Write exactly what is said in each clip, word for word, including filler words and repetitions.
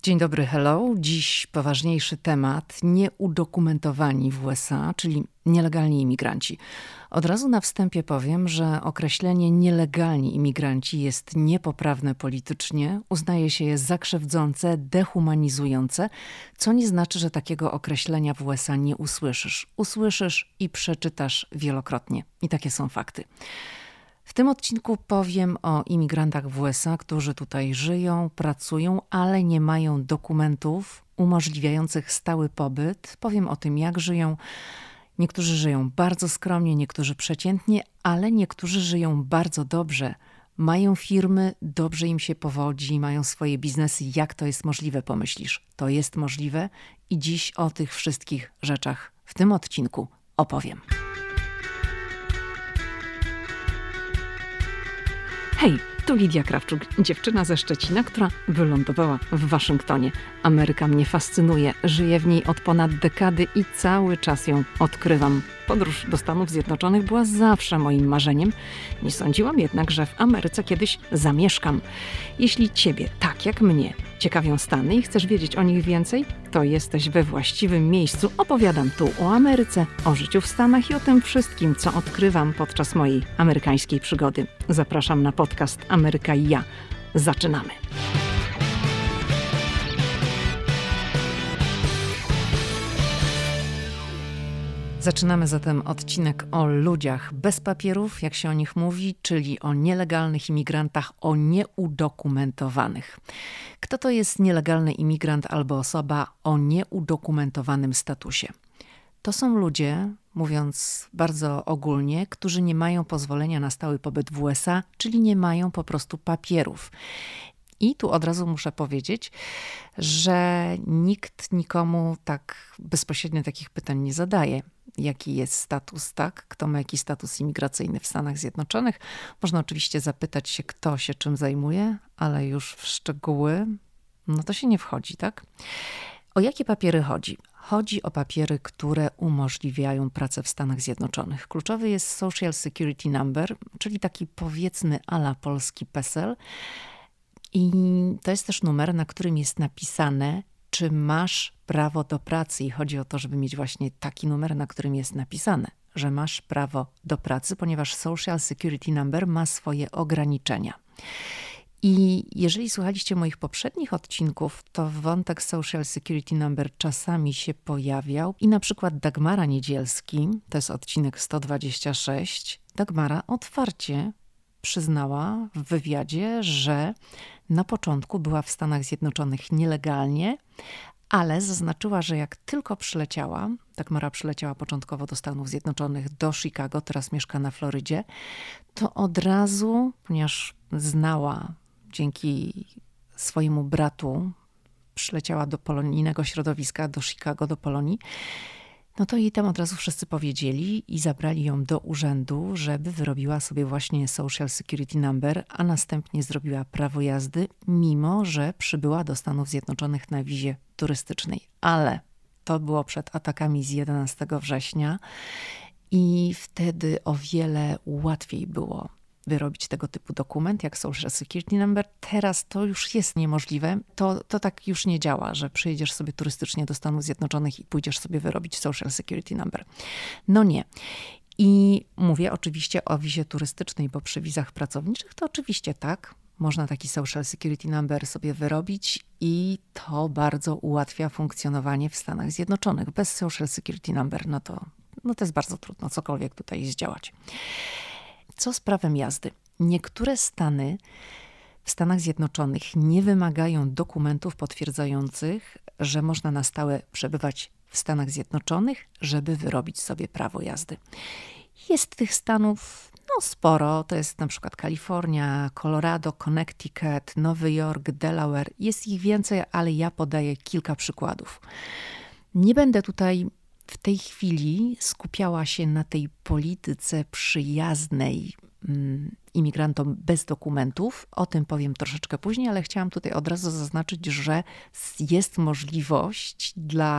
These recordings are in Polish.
Dzień dobry, hello. Dziś poważniejszy temat. Nieudokumentowani w U S A, czyli nielegalni imigranci. Od razu na wstępie powiem, że określenie nielegalni imigranci jest niepoprawne politycznie, uznaje się je za krzywdzące, dehumanizujące, co nie znaczy, że takiego określenia w U S A nie usłyszysz. Usłyszysz i przeczytasz wielokrotnie. I takie są fakty. W tym odcinku powiem o imigrantach w U S A, którzy tutaj żyją, pracują, ale nie mają dokumentów umożliwiających stały pobyt. Powiem o tym, jak żyją. Niektórzy żyją bardzo skromnie, niektórzy przeciętnie, ale niektórzy żyją bardzo dobrze. Mają firmy, dobrze im się powodzi, mają swoje biznesy. Jak to jest możliwe, pomyślisz? To jest możliwe i dziś o tych wszystkich rzeczach w tym odcinku opowiem. Hej, tu Lidia Krawczuk, dziewczyna ze Szczecina, która wylądowała w Waszyngtonie. Ameryka mnie fascynuje, żyję w niej od ponad dekady i cały czas ją odkrywam. Podróż do Stanów Zjednoczonych była zawsze moim marzeniem. Nie sądziłam jednak, że w Ameryce kiedyś zamieszkam. Jeśli Ciebie, tak jak mnie, ciekawią Stany i chcesz wiedzieć o nich więcej, to jesteś we właściwym miejscu. Opowiadam tu o Ameryce, o życiu w Stanach i o tym wszystkim, co odkrywam podczas mojej amerykańskiej przygody. Zapraszam na podcast Ameryka i ja. Zaczynamy. Zaczynamy zatem odcinek o ludziach bez papierów, jak się o nich mówi, czyli o nielegalnych imigrantach, o nieudokumentowanych. Kto to jest nielegalny imigrant albo osoba o nieudokumentowanym statusie? To są ludzie, mówiąc bardzo ogólnie, którzy nie mają pozwolenia na stały pobyt w U S A, czyli nie mają po prostu papierów. I tu od razu muszę powiedzieć, że nikt nikomu tak bezpośrednio takich pytań nie zadaje. Jaki jest status, tak? Kto ma jaki status imigracyjny w Stanach Zjednoczonych? Można oczywiście zapytać się, kto się czym zajmuje, ale już w szczegóły, no to się nie wchodzi, tak? O jakie papiery chodzi? Chodzi o papiery, które umożliwiają pracę w Stanach Zjednoczonych. Kluczowy jest Social Security Number, czyli taki powiedzmy a la polski PESEL. I to jest też numer, na którym jest napisane, czy masz prawo do pracy. I chodzi o to, żeby mieć właśnie taki numer, na którym jest napisane, że masz prawo do pracy, ponieważ Social Security Number ma swoje ograniczenia. I jeżeli słuchaliście moich poprzednich odcinków, to wątek Social Security Number czasami się pojawiał. I na przykład Dagmara Niedzielski, to jest odcinek sto dwadzieścia sześć, Dagmara otwarcie przyznała w wywiadzie, że na początku była w Stanach Zjednoczonych nielegalnie, ale zaznaczyła, że jak tylko przyleciała, Dagmara przyleciała początkowo do Stanów Zjednoczonych, do Chicago, teraz mieszka na Florydzie, to od razu, ponieważ znała dzięki swojemu bratu, przyleciała do polonijnego środowiska, do Chicago, do Polonii, no to jej tam od razu wszyscy powiedzieli i zabrali ją do urzędu, żeby wyrobiła sobie właśnie Social Security Number, a następnie zrobiła prawo jazdy, mimo że przybyła do Stanów Zjednoczonych na wizie turystycznej. Ale to było przed atakami z jedenastego września i wtedy o wiele łatwiej było wyrobić tego typu dokument jak Social Security Number. Teraz to już jest niemożliwe. To, to tak już nie działa, że przyjedziesz sobie turystycznie do Stanów Zjednoczonych i pójdziesz sobie wyrobić Social Security Number. No nie. I mówię oczywiście o wizie turystycznej, bo przy wizach pracowniczych to oczywiście tak. Można taki Social Security Number sobie wyrobić i to bardzo ułatwia funkcjonowanie w Stanach Zjednoczonych. Bez Social Security Number no to, no to jest bardzo trudno cokolwiek tutaj zdziałać. Co z prawem jazdy? Niektóre stany w Stanach Zjednoczonych nie wymagają dokumentów potwierdzających, że można na stałe przebywać w Stanach Zjednoczonych, żeby wyrobić sobie prawo jazdy. Jest tych stanów no sporo, to jest na przykład Kalifornia, Colorado, Connecticut, Nowy Jork, Delaware. Jest ich więcej, ale ja podaję kilka przykładów. Nie będę tutaj w tej chwili skupiała się na tej polityce przyjaznej mm, imigrantom bez dokumentów. O tym powiem troszeczkę później, ale chciałam tutaj od razu zaznaczyć, że jest możliwość dla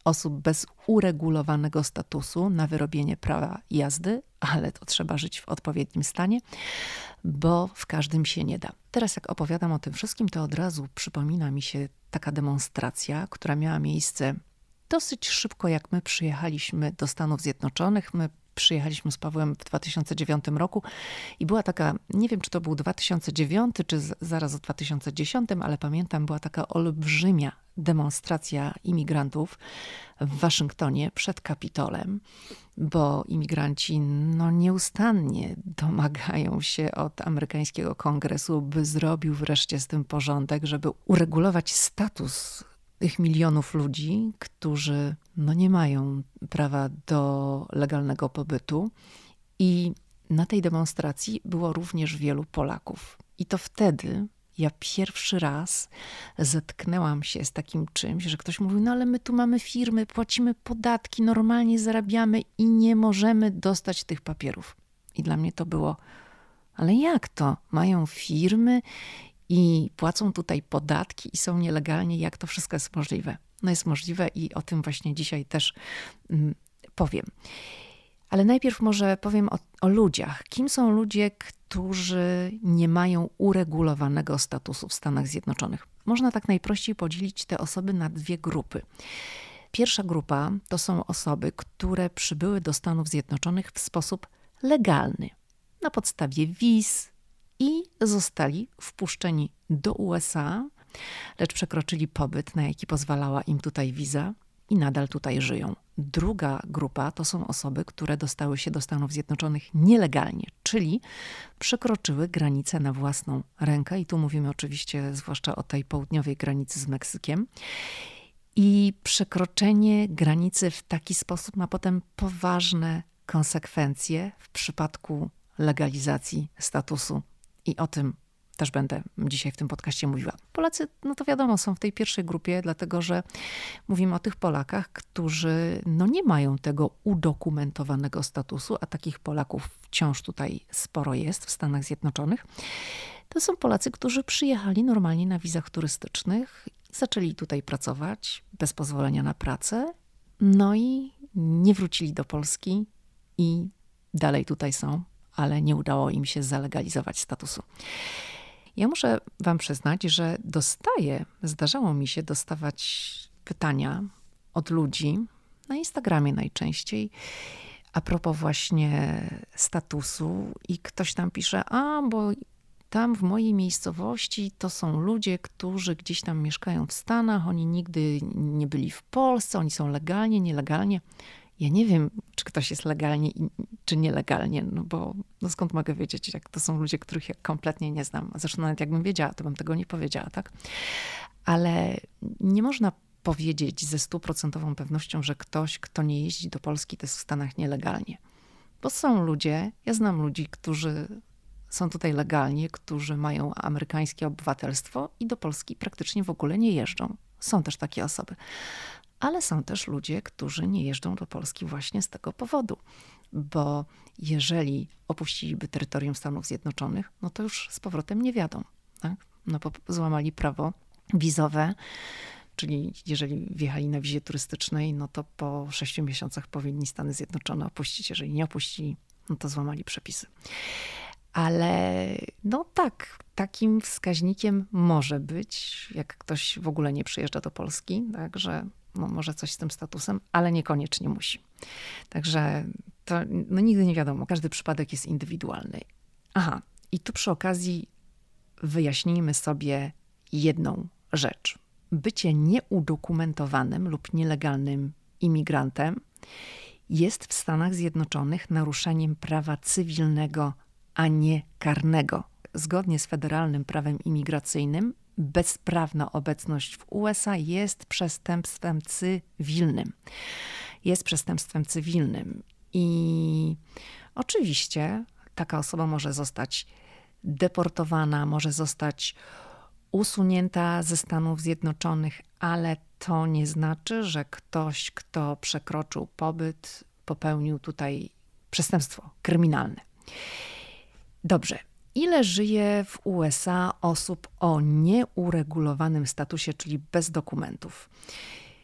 osób bez uregulowanego statusu na wyrobienie prawa jazdy, ale to trzeba żyć w odpowiednim stanie, bo w każdym się nie da. Teraz jak opowiadam o tym wszystkim, to od razu przypomina mi się taka demonstracja, która miała miejsce dosyć szybko, jak my przyjechaliśmy do Stanów Zjednoczonych. My przyjechaliśmy z Pawłem w dwa tysiące dziewiątym roku i była taka, nie wiem czy to był dwa tysiące dziewiąty czy z, zaraz w dwa tysiące dziesiątym, ale pamiętam, była taka olbrzymia demonstracja imigrantów w Waszyngtonie przed Kapitolem, bo imigranci no, nieustannie domagają się od amerykańskiego kongresu, by zrobił wreszcie z tym porządek, żeby uregulować status tych milionów ludzi, którzy no, nie mają prawa do legalnego pobytu. I na tej demonstracji było również wielu Polaków. I to wtedy ja pierwszy raz zetknęłam się z takim czymś, że ktoś mówił, no ale my tu mamy firmy, płacimy podatki, normalnie zarabiamy i nie możemy dostać tych papierów. I dla mnie to było, ale jak to? Mają firmy i płacą tutaj podatki i są nielegalnie, jak to wszystko jest możliwe? No jest możliwe i o tym właśnie dzisiaj też mm, powiem. Ale najpierw może powiem o, o ludziach. Kim są ludzie, którzy nie mają uregulowanego statusu w Stanach Zjednoczonych? Można tak najprościej podzielić te osoby na dwie grupy. Pierwsza grupa to są osoby, które przybyły do Stanów Zjednoczonych w sposób legalny, na podstawie wiz i zostali wpuszczeni do U S A, lecz przekroczyli pobyt, na jaki pozwalała im tutaj wiza i nadal tutaj żyją. Druga grupa to są osoby, które dostały się do Stanów Zjednoczonych nielegalnie, czyli przekroczyły granicę na własną rękę i tu mówimy oczywiście zwłaszcza o tej południowej granicy z Meksykiem. I przekroczenie granicy w taki sposób ma potem poważne konsekwencje w przypadku legalizacji statusu. I o tym też będę dzisiaj w tym podcaście mówiła. Polacy, no to wiadomo, są w tej pierwszej grupie, dlatego że mówimy o tych Polakach, którzy no nie mają tego udokumentowanego statusu, a takich Polaków wciąż tutaj sporo jest w Stanach Zjednoczonych. To są Polacy, którzy przyjechali normalnie na wizach turystycznych, zaczęli tutaj pracować bez pozwolenia na pracę, no i nie wrócili do Polski i dalej tutaj są, ale nie udało im się zalegalizować statusu. Ja muszę wam przyznać, że dostaję, zdarzało mi się dostawać pytania od ludzi, na Instagramie najczęściej, a propos właśnie statusu i ktoś tam pisze, a bo tam w mojej miejscowości to są ludzie, którzy gdzieś tam mieszkają w Stanach, oni nigdy nie byli w Polsce, oni są legalnie, nielegalnie. Ja nie wiem, czy ktoś jest legalnie, czy nielegalnie, no bo no skąd mogę wiedzieć, jak to są ludzie, których ja kompletnie nie znam. Zresztą nawet jakbym wiedziała, to bym tego nie powiedziała, tak? Ale nie można powiedzieć ze stuprocentową pewnością, że ktoś, kto nie jeździ do Polski, to jest w Stanach nielegalnie. Bo są ludzie, ja znam ludzi, którzy są tutaj legalnie, którzy mają amerykańskie obywatelstwo i do Polski praktycznie w ogóle nie jeżdżą. Są też takie osoby. Ale są też ludzie, którzy nie jeżdżą do Polski właśnie z tego powodu. Bo jeżeli opuściliby terytorium Stanów Zjednoczonych, no to już z powrotem nie wiadomo. Tak? No bo złamali prawo wizowe, czyli jeżeli wjechali na wizie turystycznej, no to po sześciu miesiącach powinni Stany Zjednoczone opuścić. Jeżeli nie opuścili, no to złamali przepisy. Ale no tak, takim wskaźnikiem może być, jak ktoś w ogóle nie przyjeżdża do Polski, tak, że no może coś z tym statusem, ale niekoniecznie musi. Także to no nigdy nie wiadomo, każdy przypadek jest indywidualny. Aha, i tu przy okazji wyjaśnijmy sobie jedną rzecz. Bycie nieudokumentowanym lub nielegalnym imigrantem jest w Stanach Zjednoczonych naruszeniem prawa cywilnego, a nie karnego. Zgodnie z federalnym prawem imigracyjnym bezprawna obecność w U S A jest przestępstwem cywilnym. Jest przestępstwem cywilnym i oczywiście taka osoba może zostać deportowana, może zostać usunięta ze Stanów Zjednoczonych, ale to nie znaczy, że ktoś, kto przekroczył pobyt, popełnił tutaj przestępstwo kryminalne. Dobrze. Ile żyje w U S A osób o nieuregulowanym statusie, czyli bez dokumentów?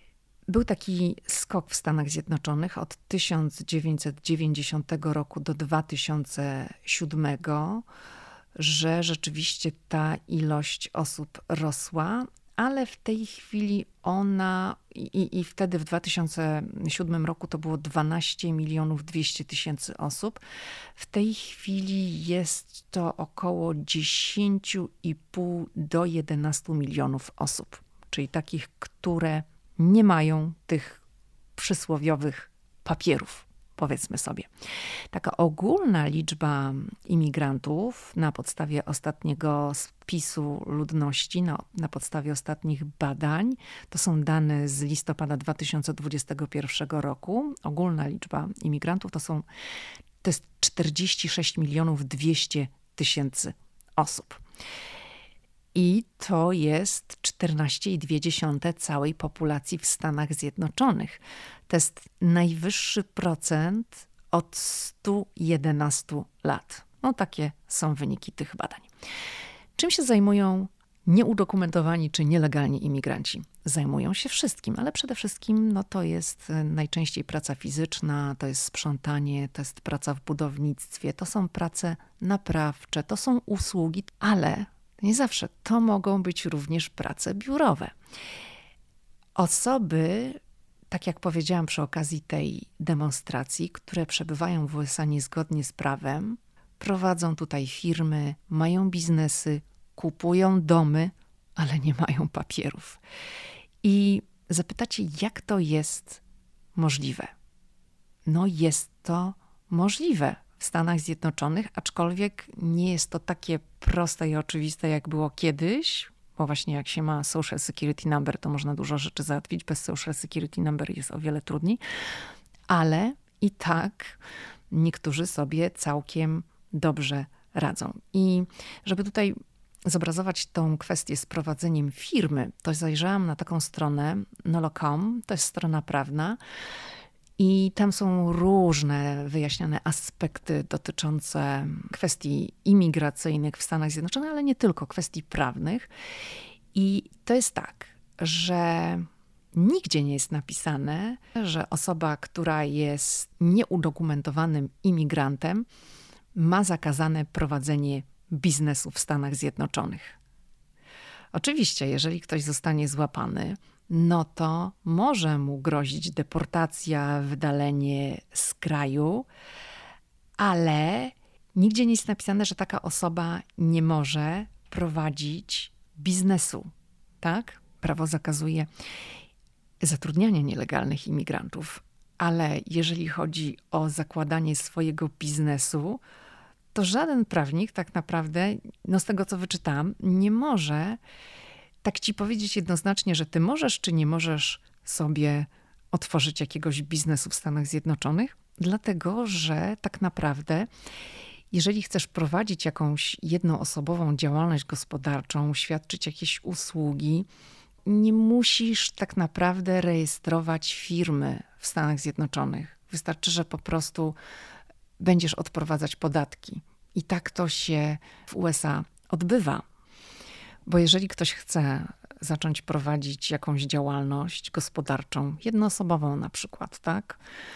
Był taki skok w Stanach Zjednoczonych od tysiąc dziewięćset dziewięćdziesiątego roku do dwa tysiące siódmego, że rzeczywiście ta ilość osób rosła, ale w tej chwili ona i, i wtedy w dwa tysiące siódmym roku to było dwanaście milionów dwieście tysięcy osób. W tej chwili jest to około dziesięć i pół do jedenastu milionów osób, czyli takich, które nie mają tych przysłowiowych papierów, powiedzmy sobie. Taka ogólna liczba imigrantów na podstawie ostatniego spisu ludności, na, na podstawie ostatnich badań, to są dane z listopada dwa tysiące dwudziestego pierwszego roku. Ogólna liczba imigrantów to są to jest czterdzieści sześć milionów dwieście tysięcy osób. I to jest czternaście przecinek dwa procent całej populacji w Stanach Zjednoczonych. To jest najwyższy procent od stu jedenastu lat. No takie są wyniki tych badań. Czym się zajmują nieudokumentowani czy nielegalni imigranci? Zajmują się wszystkim, ale przede wszystkim no, to jest najczęściej praca fizyczna, to jest sprzątanie, to jest praca w budownictwie, to są prace naprawcze, to są usługi, ale nie zawsze. To mogą być również prace biurowe. Osoby, tak jak powiedziałam przy okazji tej demonstracji, które przebywają w U S A niezgodnie z prawem, prowadzą tutaj firmy, mają biznesy, kupują domy, ale nie mają papierów. I zapytacie, jak to jest możliwe? No jest to możliwe w Stanach Zjednoczonych, aczkolwiek nie jest to takie proste i oczywiste, jak było kiedyś, bo właśnie jak się ma Social Security Number, to można dużo rzeczy załatwić. Bez Social Security Number jest o wiele trudniej, ale i tak niektórzy sobie całkiem dobrze radzą. I żeby tutaj zobrazować tą kwestię z prowadzeniem firmy, to zajrzałam na taką stronę nolo kropka com, to jest strona prawna, i tam są różne wyjaśniane aspekty dotyczące kwestii imigracyjnych w Stanach Zjednoczonych, ale nie tylko, kwestii prawnych. I to jest tak, że nigdzie nie jest napisane, że osoba, która jest nieudokumentowanym imigrantem, ma zakazane prowadzenie biznesu w Stanach Zjednoczonych. Oczywiście, jeżeli ktoś zostanie złapany, no to może mu grozić deportacja, wydalenie z kraju, ale nigdzie nie jest napisane, że taka osoba nie może prowadzić biznesu, tak? Prawo zakazuje zatrudniania nielegalnych imigrantów, ale jeżeli chodzi o zakładanie swojego biznesu, to żaden prawnik tak naprawdę, no z tego co wyczytałam, nie może tak ci powiedzieć jednoznacznie, że ty możesz czy nie możesz sobie otworzyć jakiegoś biznesu w Stanach Zjednoczonych, dlatego że tak naprawdę jeżeli chcesz prowadzić jakąś jednoosobową działalność gospodarczą, świadczyć jakieś usługi, nie musisz tak naprawdę rejestrować firmy w Stanach Zjednoczonych. Wystarczy, że po prostu będziesz odprowadzać podatki. I tak to się w U S A odbywa. Bo jeżeli ktoś chce zacząć prowadzić jakąś działalność gospodarczą, jednoosobową na przykład, tak?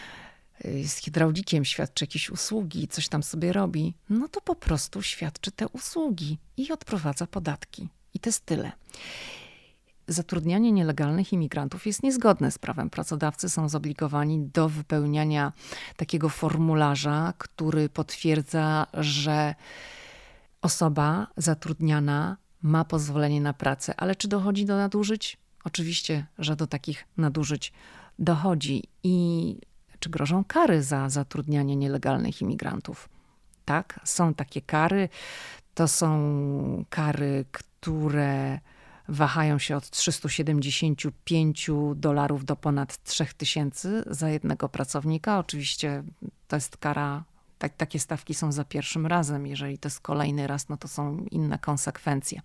Z hydraulikiem świadczy jakieś usługi, coś tam sobie robi, no to po prostu świadczy te usługi i odprowadza podatki. I to jest tyle. Zatrudnianie nielegalnych imigrantów jest niezgodne z prawem. Pracodawcy są zobligowani do wypełniania takiego formularza, który potwierdza, że osoba zatrudniana ma pozwolenie na pracę. Ale czy dochodzi do nadużyć? Oczywiście, że do takich nadużyć dochodzi. I czy grożą kary za zatrudnianie nielegalnych imigrantów? Tak, są takie kary. To są kary, które wahają się od trzystu siedemdziesięciu pięciu dolarów do ponad trzech tysięcy za jednego pracownika. Oczywiście to jest kara, tak, takie stawki są za pierwszym razem. Jeżeli to jest kolejny raz, no to są inne konsekwencje.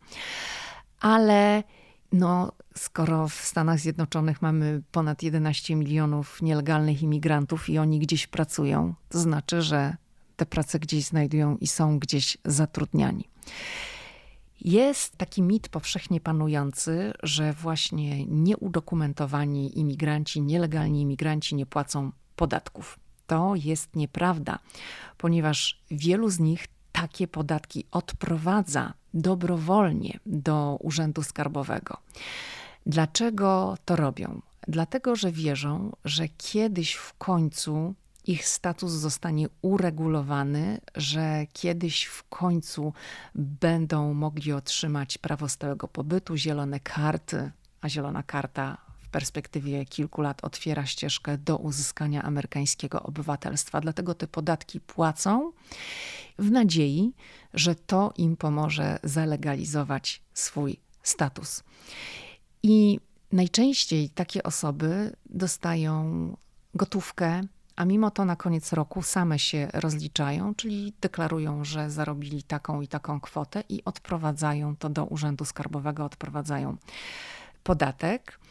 Ale no, skoro w Stanach Zjednoczonych mamy ponad jedenaście milionów nielegalnych imigrantów i oni gdzieś pracują, to znaczy, że te prace gdzieś znajdują i są gdzieś zatrudniani. Jest taki mit powszechnie panujący, że właśnie nieudokumentowani imigranci, nielegalni imigranci nie płacą podatków. To jest nieprawda, ponieważ wielu z nich takie podatki odprowadza dobrowolnie do Urzędu Skarbowego. Dlaczego to robią? Dlatego, że wierzą, że kiedyś w końcu ich status zostanie uregulowany, że kiedyś w końcu będą mogli otrzymać prawo stałego pobytu, zielone karty, a zielona karta w perspektywie kilku lat otwiera ścieżkę do uzyskania amerykańskiego obywatelstwa. Dlatego te podatki płacą w nadziei, że to im pomoże zalegalizować swój status. I najczęściej takie osoby dostają gotówkę, a mimo to na koniec roku same się rozliczają, czyli deklarują, że zarobili taką i taką kwotę i odprowadzają to do Urzędu Skarbowego, odprowadzają podatek.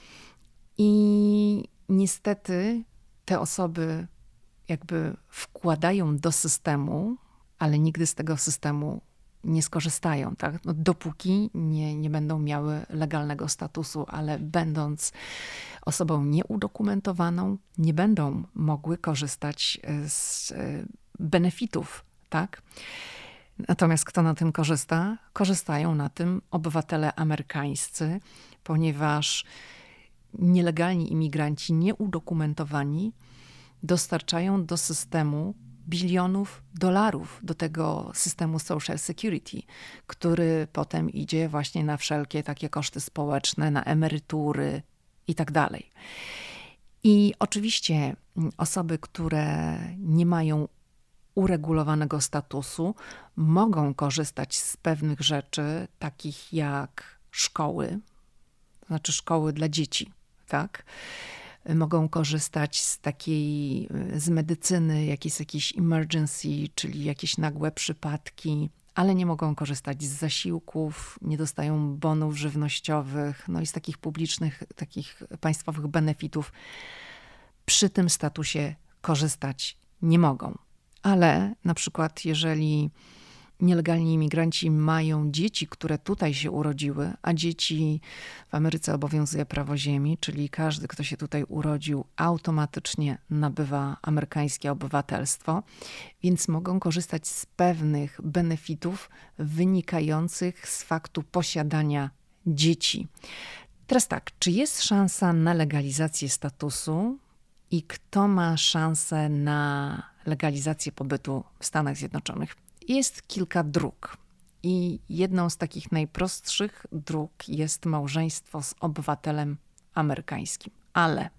I niestety te osoby jakby wkładają do systemu, ale nigdy z tego systemu nie skorzystają, tak? No, dopóki nie, nie będą miały legalnego statusu, ale będąc osobą nieudokumentowaną, nie będą mogły korzystać z benefitów, tak? Natomiast kto na tym korzysta? Korzystają na tym obywatele amerykańscy, ponieważ nielegalni imigranci nieudokumentowani dostarczają do systemu bilionów dolarów, do tego systemu Social Security, który potem idzie właśnie na wszelkie takie koszty społeczne, na emerytury i tak dalej. I oczywiście osoby, które nie mają uregulowanego statusu, mogą korzystać z pewnych rzeczy, takich jak szkoły, to znaczy szkoły dla dzieci, tak? Mogą korzystać z takiej, z medycyny, jak jest jakiś emergency, czyli jakieś nagłe przypadki, ale nie mogą korzystać z zasiłków, nie dostają bonów żywnościowych, no i z takich publicznych, takich państwowych benefitów przy tym statusie korzystać nie mogą. Ale na przykład jeżeli nielegalni imigranci mają dzieci, które tutaj się urodziły, a dzieci w Ameryce obowiązuje prawo ziemi, czyli każdy, kto się tutaj urodził, automatycznie nabywa amerykańskie obywatelstwo, więc mogą korzystać z pewnych benefitów wynikających z faktu posiadania dzieci. Teraz tak, czy jest szansa na legalizację statusu i kto ma szansę na legalizację pobytu w Stanach Zjednoczonych? Jest kilka dróg i jedną z takich najprostszych dróg jest małżeństwo z obywatelem amerykańskim. Ale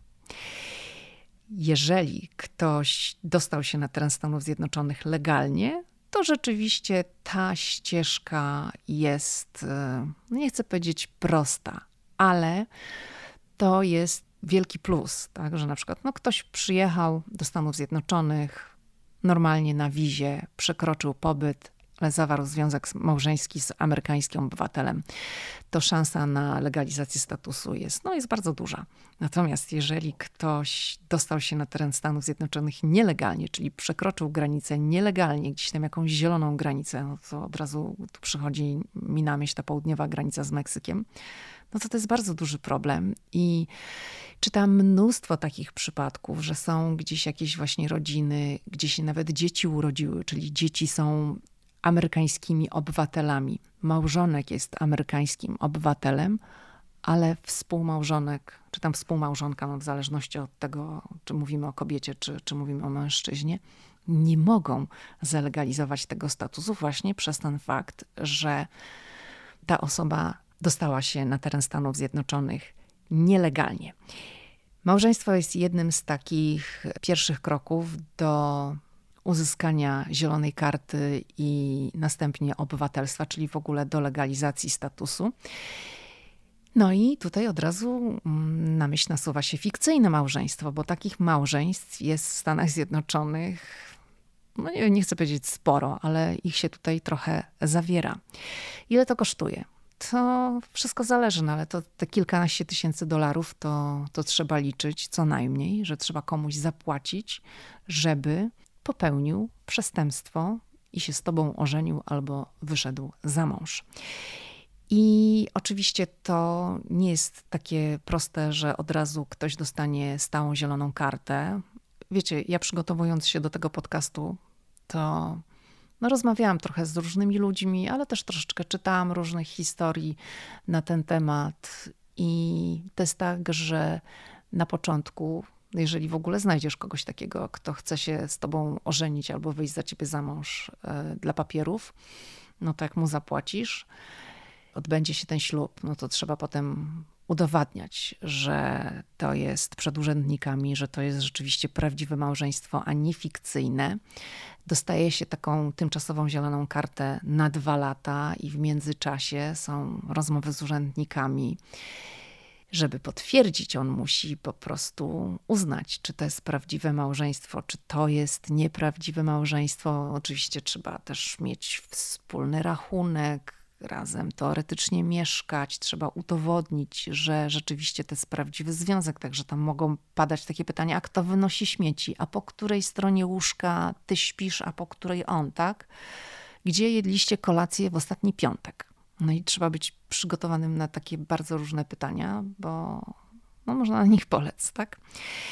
jeżeli ktoś dostał się na teren Stanów Zjednoczonych legalnie, to rzeczywiście ta ścieżka jest, nie chcę powiedzieć prosta, ale to jest wielki plus, tak? Że na przykład no, ktoś przyjechał do Stanów Zjednoczonych, normalnie na wizie, przekroczył pobyt, ale zawarł związek małżeński z amerykańskim obywatelem, to szansa na legalizację statusu jest, no, jest bardzo duża. Natomiast jeżeli ktoś dostał się na teren Stanów Zjednoczonych nielegalnie, czyli przekroczył granicę nielegalnie, gdzieś tam jakąś zieloną granicę, no to od razu tu przychodzi mi na myśl ta południowa granica z Meksykiem, no to to jest bardzo duży problem. I czytam mnóstwo takich przypadków, że są gdzieś jakieś właśnie rodziny, gdzie się nawet dzieci urodziły, czyli dzieci są amerykańskimi obywatelami. Małżonek jest amerykańskim obywatelem, ale współmałżonek, czy tam współmałżonka, no w zależności od tego, czy mówimy o kobiecie, czy, czy mówimy o mężczyźnie, nie mogą zalegalizować tego statusu właśnie przez ten fakt, że ta osoba dostała się na teren Stanów Zjednoczonych nielegalnie. Małżeństwo jest jednym z takich pierwszych kroków do uzyskania zielonej karty i następnie obywatelstwa, czyli w ogóle do legalizacji statusu. No i tutaj od razu na myśl nasuwa się fikcyjne małżeństwo, bo takich małżeństw jest w Stanach Zjednoczonych, no nie, nie chcę powiedzieć sporo, ale ich się tutaj trochę zawiera. Ile to kosztuje? To wszystko zależy, no ale to te kilkanaście tysięcy dolarów to, to trzeba liczyć co najmniej, że trzeba komuś zapłacić, żeby popełnił przestępstwo i się z tobą ożenił albo wyszedł za mąż. I oczywiście to nie jest takie proste, że od razu ktoś dostanie stałą zieloną kartę. Wiecie, ja przygotowując się do tego podcastu, to no, rozmawiałam trochę z różnymi ludźmi, ale też troszeczkę czytałam różnych historii na ten temat. I to jest tak, że na początku, jeżeli w ogóle znajdziesz kogoś takiego, kto chce się z tobą ożenić albo wyjść za ciebie za mąż y, dla papierów, no to jak mu zapłacisz, odbędzie się ten ślub, no to trzeba potem udowadniać, że to jest przed urzędnikami, że to jest rzeczywiście prawdziwe małżeństwo, a nie fikcyjne. Dostaje się taką tymczasową zieloną kartę na dwa lata i w międzyczasie są rozmowy z urzędnikami. Żeby potwierdzić, on musi po prostu uznać, czy to jest prawdziwe małżeństwo, czy to jest nieprawdziwe małżeństwo. Oczywiście trzeba też mieć wspólny rachunek, razem teoretycznie mieszkać, trzeba udowodnić, że rzeczywiście to jest prawdziwy związek, także tam mogą padać takie pytania, a kto wynosi śmieci, a po której stronie łóżka ty śpisz, a po której on, tak? Gdzie jedliście kolację w ostatni piątek? No i trzeba być przygotowanym na takie bardzo różne pytania, bo no, można na nich polec, tak?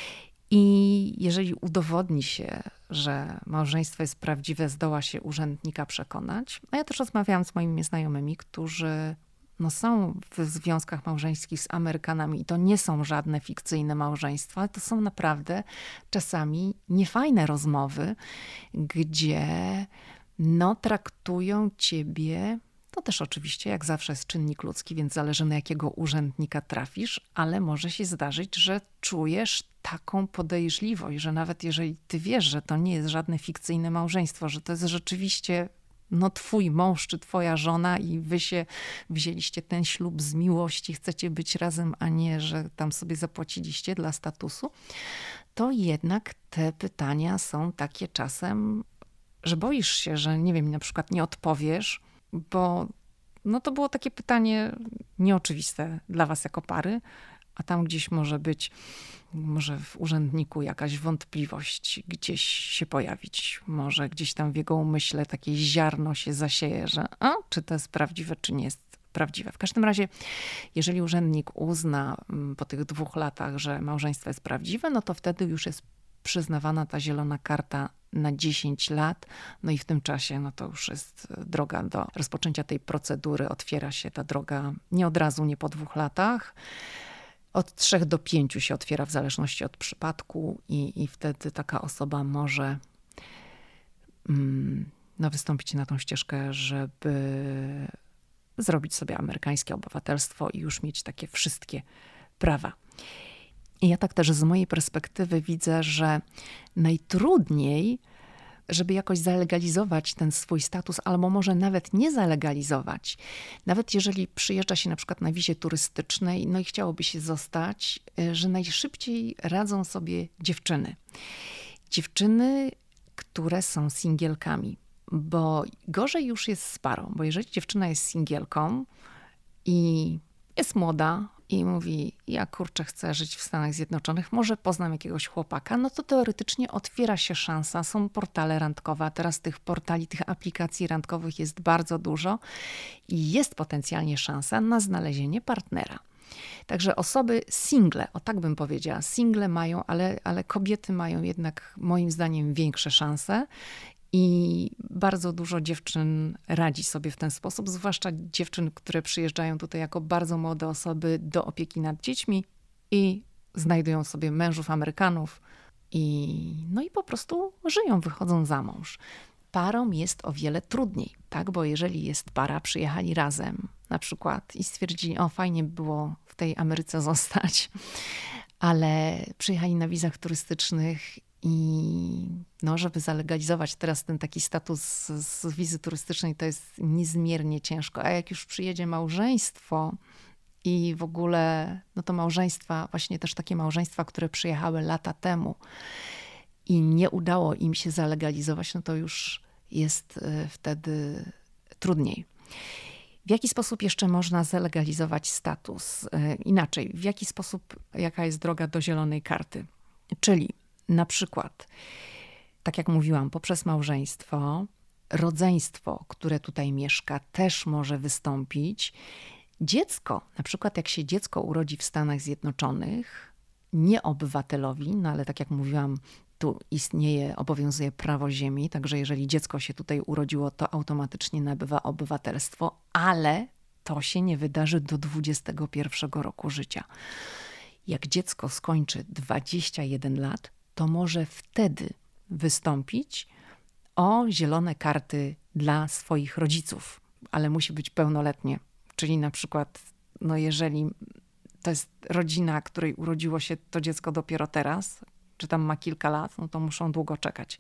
I jeżeli udowodni się, że małżeństwo jest prawdziwe, zdoła się urzędnika przekonać. A ja też rozmawiałam z moimi znajomymi, którzy no, są w związkach małżeńskich z Amerykanami i to nie są żadne fikcyjne małżeństwa, to są naprawdę czasami niefajne rozmowy, gdzie no, traktują ciebie. To też oczywiście, jak zawsze, jest czynnik ludzki, więc zależy, na jakiego urzędnika trafisz, ale może się zdarzyć, że czujesz taką podejrzliwość, że nawet jeżeli ty wiesz, że to nie jest żadne fikcyjne małżeństwo, że to jest rzeczywiście no, twój mąż czy twoja żona i wy się wzięliście ten ślub z miłości, chcecie być razem, a nie, że tam sobie zapłaciliście dla statusu, to jednak te pytania są takie czasem, że boisz się, że nie wiem, na przykład nie odpowiesz, bo no to było takie pytanie nieoczywiste dla was jako pary, a tam gdzieś może być, może w urzędniku jakaś wątpliwość gdzieś się pojawić. Może gdzieś tam w jego umyśle takie ziarno się zasieje, że a, czy to jest prawdziwe, czy nie jest prawdziwe. W każdym razie, jeżeli urzędnik uzna po tych dwóch latach, że małżeństwo jest prawdziwe, no to wtedy już jest przyznawana ta zielona karta na dziesięć lat, no i w tym czasie no to już jest droga do rozpoczęcia tej procedury. Otwiera się ta droga nie od razu, nie po dwóch latach. Od trzech do pięciu się otwiera w zależności od przypadku i, i wtedy taka osoba może mm, no, wystąpić na tą ścieżkę, żeby zrobić sobie amerykańskie obywatelstwo i już mieć takie wszystkie prawa. I ja tak też z mojej perspektywy widzę, że najtrudniej, żeby jakoś zalegalizować ten swój status, albo może nawet nie zalegalizować. Nawet jeżeli przyjeżdża się na przykład na wizie turystycznej, no i chciałoby się zostać, że najszybciej radzą sobie dziewczyny. Dziewczyny, które są singielkami, bo gorzej już jest z parą, bo jeżeli dziewczyna jest singielką i jest młoda, i mówi, ja kurczę chcę żyć w Stanach Zjednoczonych, może poznam jakiegoś chłopaka, no to teoretycznie otwiera się szansa, są portale randkowe, a teraz tych portali, tych aplikacji randkowych jest bardzo dużo i jest potencjalnie szansa na znalezienie partnera. Także osoby single, o tak bym powiedziała, single mają, ale, ale kobiety mają jednak moim zdaniem większe szanse. I bardzo dużo dziewczyn radzi sobie w ten sposób, zwłaszcza dziewczyn, które przyjeżdżają tutaj jako bardzo młode osoby do opieki nad dziećmi i znajdują sobie mężów Amerykanów i, no i po prostu żyją, wychodzą za mąż. Parom jest o wiele trudniej, tak? Bo jeżeli jest para, przyjechali razem na przykład i stwierdzili, o fajnie by było w tej Ameryce zostać, ale przyjechali na wizach turystycznych i no, żeby zalegalizować teraz ten taki status z, z wizy turystycznej, to jest niezmiernie ciężko. A jak już przyjedzie małżeństwo i w ogóle, no to małżeństwa, właśnie też takie małżeństwa, które przyjechały lata temu i nie udało im się zalegalizować, no to już jest wtedy trudniej. W jaki sposób jeszcze można zalegalizować status? Inaczej, w jaki sposób, jaka jest droga do zielonej karty? Czyli na przykład, tak jak mówiłam, poprzez małżeństwo, rodzeństwo, które tutaj mieszka, też może wystąpić. Dziecko, na przykład jak się dziecko urodzi w Stanach Zjednoczonych, nie obywatelowi, no ale tak jak mówiłam, tu istnieje, obowiązuje prawo ziemi, także jeżeli dziecko się tutaj urodziło, to automatycznie nabywa obywatelstwo, ale to się nie wydarzy do dwudziestego pierwszego roku życia. Jak dziecko skończy dwadzieścia jeden lat, to może wtedy wystąpić o zielone karty dla swoich rodziców, ale musi być pełnoletnie. Czyli na przykład, no jeżeli to jest rodzina, której urodziło się to dziecko dopiero teraz, czy tam ma kilka lat, no to muszą długo czekać,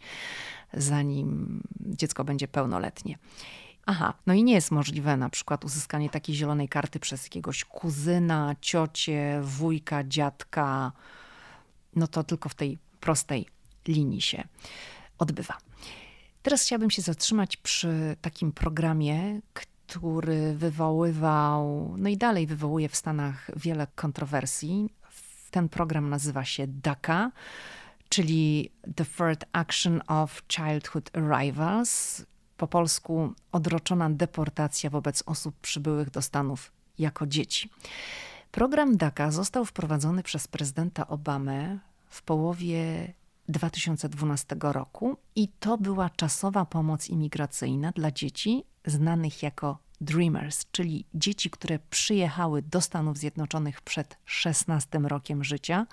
zanim dziecko będzie pełnoletnie. Aha, no i nie jest możliwe na przykład uzyskanie takiej zielonej karty przez jakiegoś kuzyna, ciocię, wujka, dziadka. No to tylko w tej prostej linii się odbywa. Teraz chciałabym się zatrzymać przy takim programie, który wywoływał, no i dalej wywołuje w Stanach wiele kontrowersji. Ten program nazywa się DACA, czyli Deferred Action of Childhood Arrivals. Po polsku odroczona deportacja wobec osób przybyłych do Stanów jako dzieci. Program DACA został wprowadzony przez prezydenta Obamę w połowie dwa tysiące dwunastego roku i to była czasowa pomoc imigracyjna dla dzieci znanych jako Dreamers, czyli dzieci, które przyjechały do Stanów Zjednoczonych przed szesnastym rokiem życia,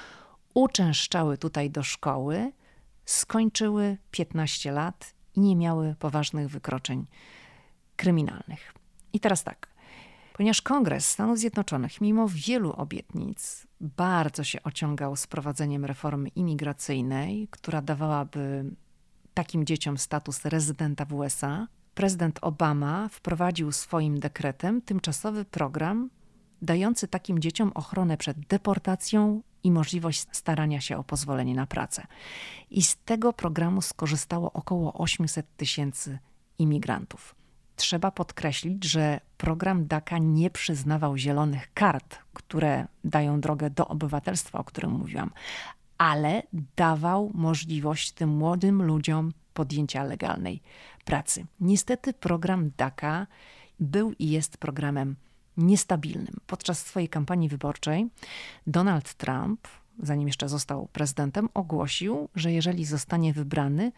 uczęszczały tutaj do szkoły, skończyły piętnaście lat i nie miały poważnych wykroczeń kryminalnych. I teraz tak, ponieważ Kongres Stanów Zjednoczonych mimo wielu obietnic bardzo się ociągał z prowadzeniem reformy imigracyjnej, która dawałaby takim dzieciom status rezydenta w U S A, prezydent Obama wprowadził swoim dekretem tymczasowy program dający takim dzieciom ochronę przed deportacją i możliwość starania się o pozwolenie na pracę. I z tego programu skorzystało około osiemset tysięcy imigrantów. Trzeba podkreślić, że program DACA nie przyznawał zielonych kart, które dają drogę do obywatelstwa, o którym mówiłam, ale dawał możliwość tym młodym ludziom podjęcia legalnej pracy. Niestety program DACA był i jest programem niestabilnym. Podczas swojej kampanii wyborczej Donald Trump, zanim jeszcze został prezydentem, ogłosił, że jeżeli zostanie wybrany,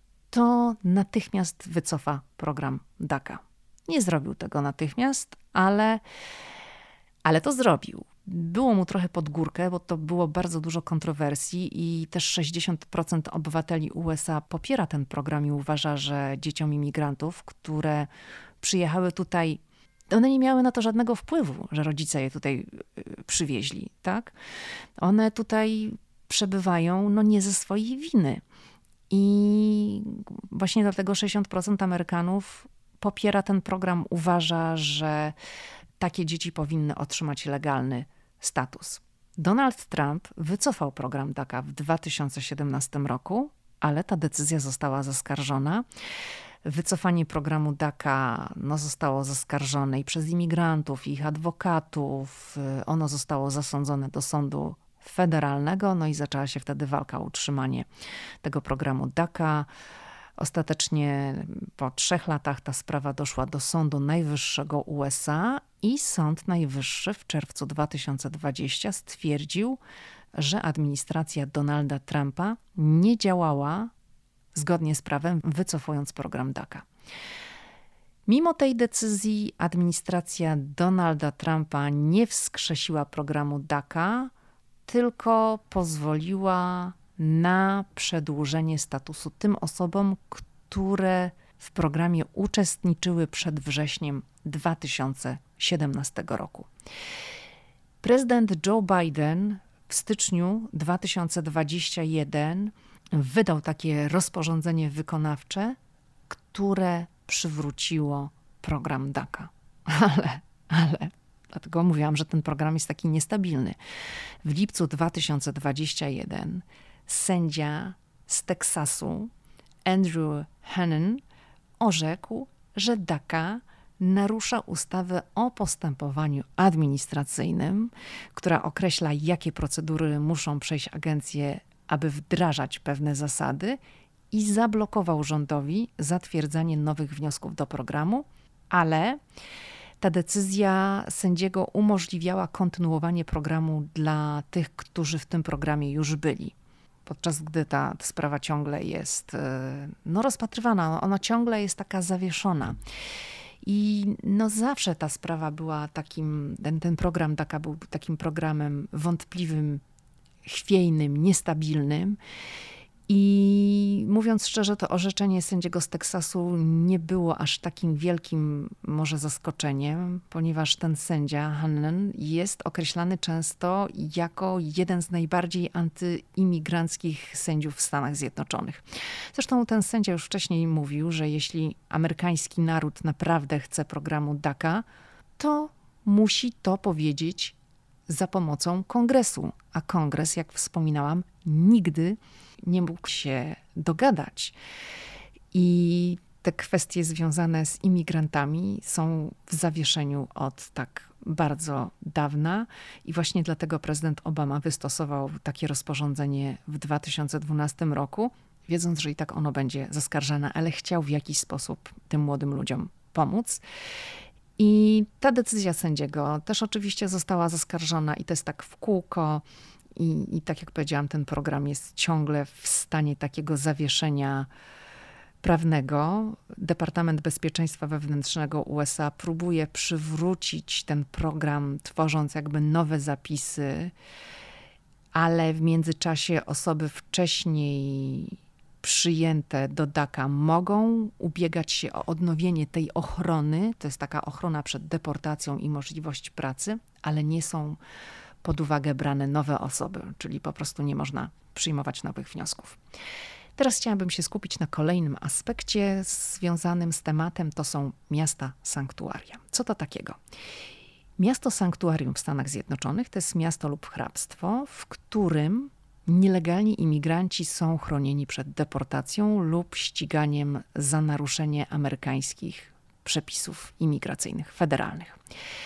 to natychmiast wycofa program DACA. Nie zrobił tego natychmiast, ale, ale to zrobił. Było mu trochę pod górkę, bo to było bardzo dużo kontrowersji i też sześćdziesiąt procent obywateli U S A popiera ten program i uważa, że dzieciom imigrantów, które przyjechały tutaj, one nie miały na to żadnego wpływu, że rodzice je tutaj przywieźli, tak? One tutaj przebywają no nie ze swojej winy. I właśnie dlatego sześćdziesiąt procent Amerykanów popiera ten program, uważa, że takie dzieci powinny otrzymać legalny status. Donald Trump wycofał program DACA w dwa tysiące siedemnastym roku, ale ta decyzja została zaskarżona. Wycofanie programu DACA no, zostało zaskarżone i przez imigrantów, i ich adwokatów. Ono zostało zasądzone do sądu federalnego, no i zaczęła się wtedy walka o utrzymanie tego programu DACA. Ostatecznie po trzech latach ta sprawa doszła do Sądu Najwyższego U S A i Sąd Najwyższy w czerwcu dwa tysiące dwudziestego stwierdził, że administracja Donalda Trumpa nie działała zgodnie z prawem, wycofując program DACA. Mimo tej decyzji administracja Donalda Trumpa nie wskrzesiła programu DACA, tylko pozwoliła na przedłużenie statusu tym osobom, które w programie uczestniczyły przed wrześniem dwa tysiące siedemnastego roku. Prezydent Joe Biden w styczniu dwa tysiące dwudziestego pierwszego wydał takie rozporządzenie wykonawcze, które przywróciło program DACA. Ale, ale, dlatego mówiłam, że ten program jest taki niestabilny. W lipcu dwa tysiące dwudziestego pierwszego sędzia z Teksasu, Andrew Hanen, orzekł, że DACA narusza ustawę o postępowaniu administracyjnym, która określa, jakie procedury muszą przejść agencje, aby wdrażać pewne zasady i zablokował rządowi zatwierdzanie nowych wniosków do programu, ale ta decyzja sędziego umożliwiała kontynuowanie programu dla tych, którzy w tym programie już byli. Podczas gdy ta, ta sprawa ciągle jest no, rozpatrywana, ona ciągle jest taka zawieszona. I no zawsze ta sprawa była takim, ten, ten program DACA był takim programem wątpliwym, chwiejnym, niestabilnym. I mówiąc szczerze, to orzeczenie sędziego z Teksasu nie było aż takim wielkim może zaskoczeniem, ponieważ ten sędzia, Hannon, jest określany często jako jeden z najbardziej antyimigranckich sędziów w Stanach Zjednoczonych. Zresztą ten sędzia już wcześniej mówił, że jeśli amerykański naród naprawdę chce programu DACA, to musi to powiedzieć za pomocą kongresu. A kongres, jak wspominałam, nigdy nie mógł się dogadać. I te kwestie związane z imigrantami są w zawieszeniu od tak bardzo dawna i właśnie dlatego prezydent Obama wystosował takie rozporządzenie w dwa tysiące dwunastym roku, wiedząc, że i tak ono będzie zaskarżane, ale chciał w jakiś sposób tym młodym ludziom pomóc. I ta decyzja sędziego też oczywiście została zaskarżona i to jest tak w kółko. I, I tak jak powiedziałam, ten program jest ciągle w stanie takiego zawieszenia prawnego. Departament Bezpieczeństwa Wewnętrznego U S A próbuje przywrócić ten program, tworząc jakby nowe zapisy, ale w międzyczasie osoby wcześniej przyjęte do DACA mogą ubiegać się o odnowienie tej ochrony. To jest taka ochrona przed deportacją i możliwość pracy, ale nie są pod uwagę brane nowe osoby, czyli po prostu nie można przyjmować nowych wniosków. Teraz chciałabym się skupić na kolejnym aspekcie związanym z tematem, to są miasta sanktuaria. Co to takiego? Miasto sanktuarium w Stanach Zjednoczonych to jest miasto lub hrabstwo, w którym nielegalni imigranci są chronieni przed deportacją lub ściganiem za naruszenie amerykańskich przepisów imigracyjnych, federalnych.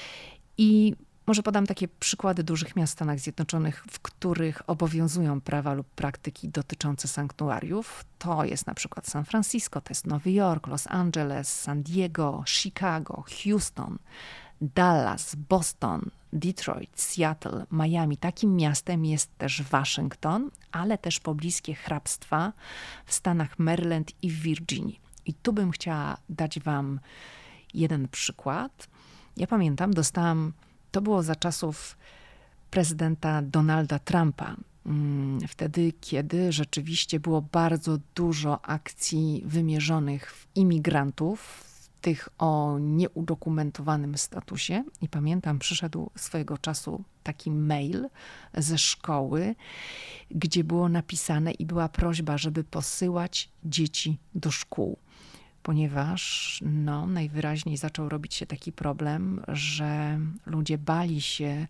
I może podam takie przykłady dużych miast w Stanach Zjednoczonych, w których obowiązują prawa lub praktyki dotyczące sanktuariów. To jest na przykład San Francisco, to jest Nowy Jork, Los Angeles, San Diego, Chicago, Houston, Dallas, Boston, Detroit, Seattle, Miami. Takim miastem jest też Waszyngton, ale też pobliskie hrabstwa w stanach Maryland i w Virginii. I tu bym chciała dać wam jeden przykład. Ja pamiętam, dostałam, to było za czasów prezydenta Donalda Trumpa, wtedy, kiedy rzeczywiście było bardzo dużo akcji wymierzonych w imigrantów, tych o nieudokumentowanym statusie. I pamiętam, przyszedł swojego czasu taki mail ze szkoły, gdzie było napisane i była prośba, żeby posyłać dzieci do szkół. Ponieważ no, najwyraźniej zaczął robić się taki problem, że ludzie bali się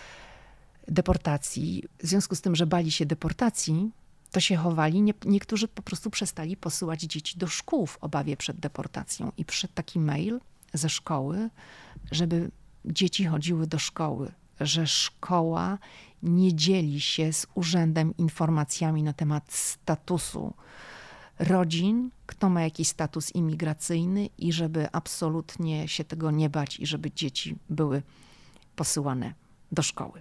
deportacji. W związku z tym, że bali się deportacji, to się chowali. Nie, niektórzy po prostu przestali posyłać dzieci do szkół w obawie przed deportacją. I przyszedł taki mail ze szkoły, żeby dzieci chodziły do szkoły, że szkoła nie dzieli się z urzędem informacjami na temat statusu rodzin, kto ma jakiś status imigracyjny i żeby absolutnie się tego nie bać i żeby dzieci były posyłane do szkoły.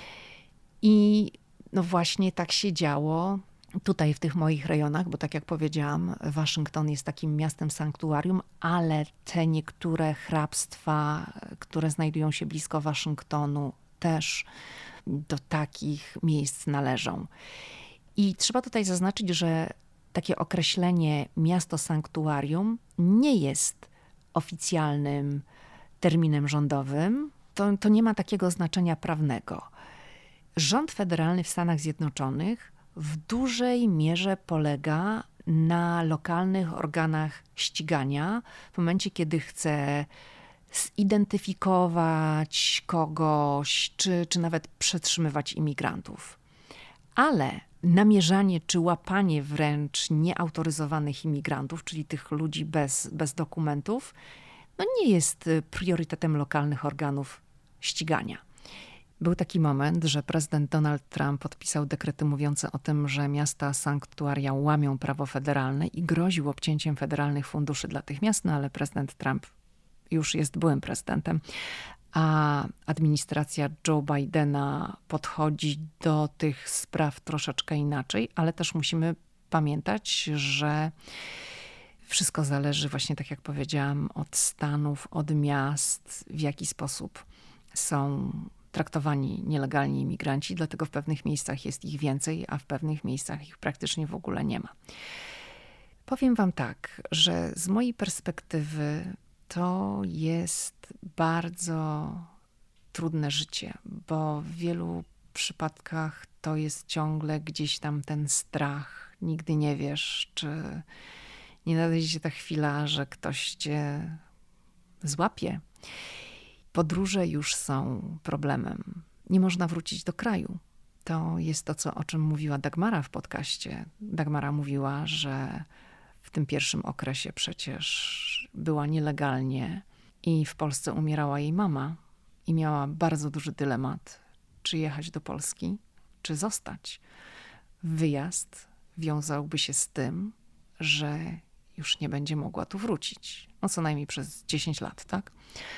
I no właśnie tak się działo tutaj w tych moich rejonach, bo tak jak powiedziałam, Waszyngton jest takim miastem sanktuarium, ale te niektóre hrabstwa, które znajdują się blisko Waszyngtonu, też do takich miejsc należą. I trzeba tutaj zaznaczyć, że takie określenie miasto sanktuarium nie jest oficjalnym terminem rządowym. To, to nie ma takiego znaczenia prawnego. Rząd federalny w Stanach Zjednoczonych w dużej mierze polega na lokalnych organach ścigania w momencie, kiedy chce zidentyfikować kogoś, czy, czy nawet przetrzymywać imigrantów. Ale namierzanie czy łapanie wręcz nieautoryzowanych imigrantów, czyli tych ludzi bez, bez dokumentów, no nie jest priorytetem lokalnych organów ścigania. Był taki moment, że prezydent Donald Trump podpisał dekrety mówiące o tym, że miasta sanktuaria łamią prawo federalne i groził obcięciem federalnych funduszy dla tych miast, no ale prezydent Trump już jest byłym prezydentem, a administracja Joe Bidena podchodzi do tych spraw troszeczkę inaczej, ale też musimy pamiętać, że wszystko zależy właśnie, tak jak powiedziałam, od stanów, od miast, w jaki sposób są traktowani nielegalni imigranci, dlatego w pewnych miejscach jest ich więcej, a w pewnych miejscach ich praktycznie w ogóle nie ma. Powiem wam tak, że z mojej perspektywy to jest bardzo trudne życie, bo w wielu przypadkach to jest ciągle gdzieś tam ten strach. Nigdy nie wiesz, czy nie nadejdzie ta chwila, że ktoś cię złapie. Podróże już są problemem. Nie można wrócić do kraju. To jest to, co, o czym mówiła Dagmara w podcaście. Dagmara mówiła, że w tym pierwszym okresie przecież była nielegalnie i w Polsce umierała jej mama i miała bardzo duży dylemat, czy jechać do Polski, czy zostać. Wyjazd wiązałby się z tym, że już nie będzie mogła tu wrócić. No co najmniej przez dziesięć lat, tak?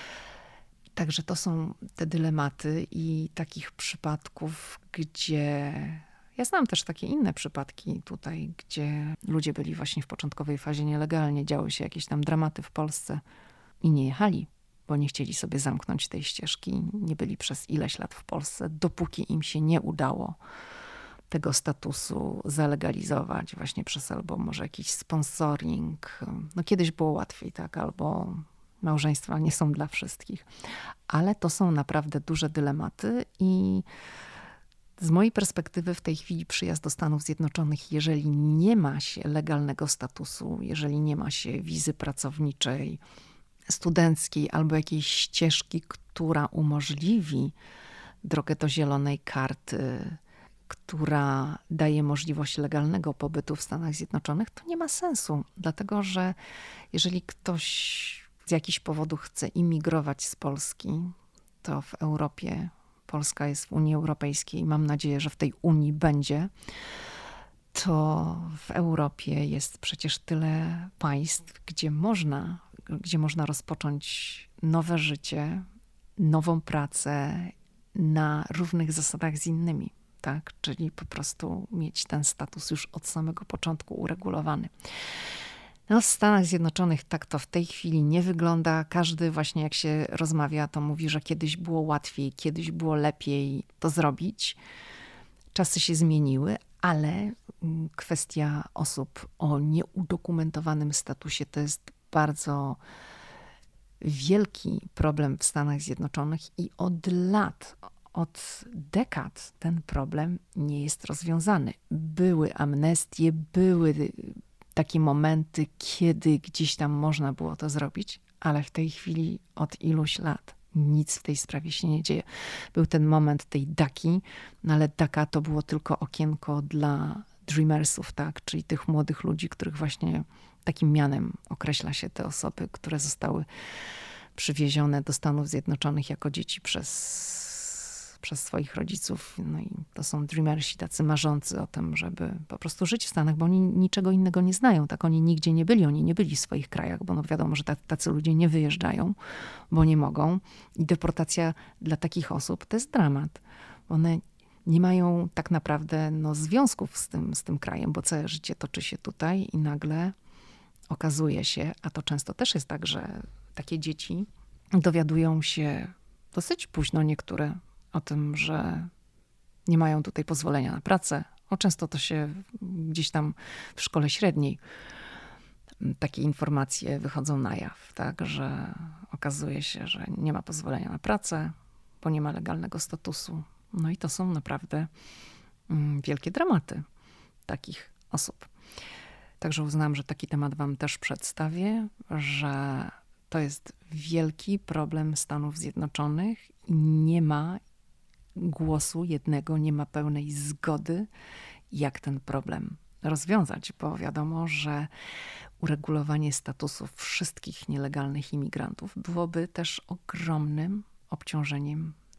Także to są te dylematy i takich przypadków, gdzie... Ja znam też takie inne przypadki tutaj, gdzie ludzie byli właśnie w początkowej fazie nielegalnie, działy się jakieś tam dramaty w Polsce i nie jechali, bo nie chcieli sobie zamknąć tej ścieżki. Nie byli przez ileś lat w Polsce, dopóki im się nie udało tego statusu zalegalizować właśnie przez albo może jakiś sponsoring. No kiedyś było łatwiej, tak, albo małżeństwa nie są dla wszystkich. Ale to są naprawdę duże dylematy i z mojej perspektywy w tej chwili przyjazd do Stanów Zjednoczonych, jeżeli nie ma się legalnego statusu, jeżeli nie ma się wizy pracowniczej, studenckiej albo jakiejś ścieżki, która umożliwi drogę do zielonej karty, która daje możliwość legalnego pobytu w Stanach Zjednoczonych, to nie ma sensu. Dlatego, że jeżeli ktoś z jakichś powodów chce imigrować z Polski, to w Europie, Polska jest w Unii Europejskiej, mam nadzieję, że w tej Unii będzie, to w Europie jest przecież tyle państw, gdzie można, gdzie można rozpocząć nowe życie, nową pracę na równych zasadach z innymi. Tak, czyli po prostu mieć ten status już od samego początku uregulowany. No, w Stanach Zjednoczonych tak to w tej chwili nie wygląda. Każdy właśnie jak się rozmawia, to mówi, że kiedyś było łatwiej, kiedyś było lepiej to zrobić. Czasy się zmieniły, ale kwestia osób o nieudokumentowanym statusie to jest bardzo wielki problem w Stanach Zjednoczonych i od lat, od dekad ten problem nie jest rozwiązany. Były amnestie, były takie momenty, kiedy gdzieś tam można było to zrobić, ale w tej chwili od iluś lat nic w tej sprawie się nie dzieje. Był ten moment tej daki, no ale daka to było tylko okienko dla dreamersów, tak? Czyli tych młodych ludzi, których właśnie takim mianem określa się te osoby, które zostały przywiezione do Stanów Zjednoczonych jako dzieci przez przez swoich rodziców. No i to są dreamersi, tacy marzący o tym, żeby po prostu żyć w Stanach, bo oni niczego innego nie znają. Tak, oni nigdzie nie byli, oni nie byli w swoich krajach, bo no wiadomo, że tacy ludzie nie wyjeżdżają, bo nie mogą. I deportacja dla takich osób to jest dramat. One nie mają tak naprawdę no, związków z tym, z tym krajem, bo całe życie toczy się tutaj i nagle okazuje się, a to często też jest tak, że takie dzieci dowiadują się dosyć późno niektóre o tym, że nie mają tutaj pozwolenia na pracę. O, często to się gdzieś tam w szkole średniej takie informacje wychodzą na jaw, tak, że okazuje się, że nie ma pozwolenia na pracę, bo nie ma legalnego statusu. No i to są naprawdę wielkie dramaty takich osób. Także uznałam, że taki temat wam też przedstawię, że to jest wielki problem Stanów Zjednoczonych i nie ma głosu jednego, nie ma pełnej zgody, jak ten problem rozwiązać, bo wiadomo, że uregulowanie statusu wszystkich nielegalnych imigrantów byłoby też ogromnym obciążeniem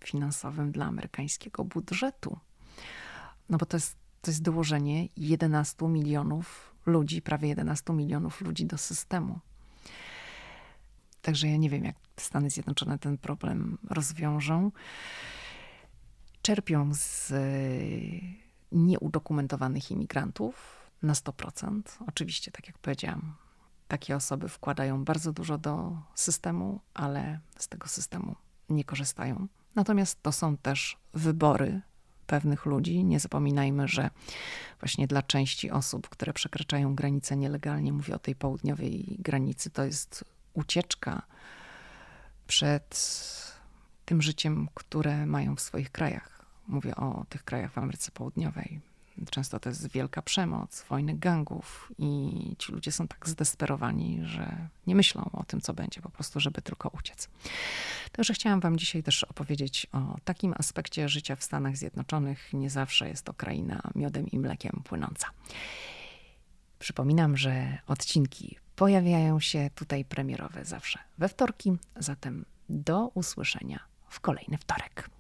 finansowym dla amerykańskiego budżetu. No bo to jest, to jest dołożenie jedenastu milionów ludzi, prawie jedenastu milionów ludzi do systemu. Także ja nie wiem, jak Stany Zjednoczone ten problem rozwiążą. Czerpią z nieudokumentowanych imigrantów na sto procent. Oczywiście, tak jak powiedziałam, takie osoby wkładają bardzo dużo do systemu, ale z tego systemu nie korzystają. Natomiast to są też wybory pewnych ludzi. Nie zapominajmy, że właśnie dla części osób, które przekraczają granicę nielegalnie, mówię o tej południowej granicy, to jest ucieczka przed tym życiem, które mają w swoich krajach. Mówię o tych krajach w Ameryce Południowej. Często to jest wielka przemoc, wojny gangów i ci ludzie są tak zdesperowani, że nie myślą o tym, co będzie, po prostu, żeby tylko uciec. Także chciałam wam dzisiaj też opowiedzieć o takim aspekcie życia w Stanach Zjednoczonych. Nie zawsze jest to kraina miodem i mlekiem płynąca. Przypominam, że odcinki pojawiają się tutaj premierowe zawsze we wtorki, zatem do usłyszenia w kolejny wtorek.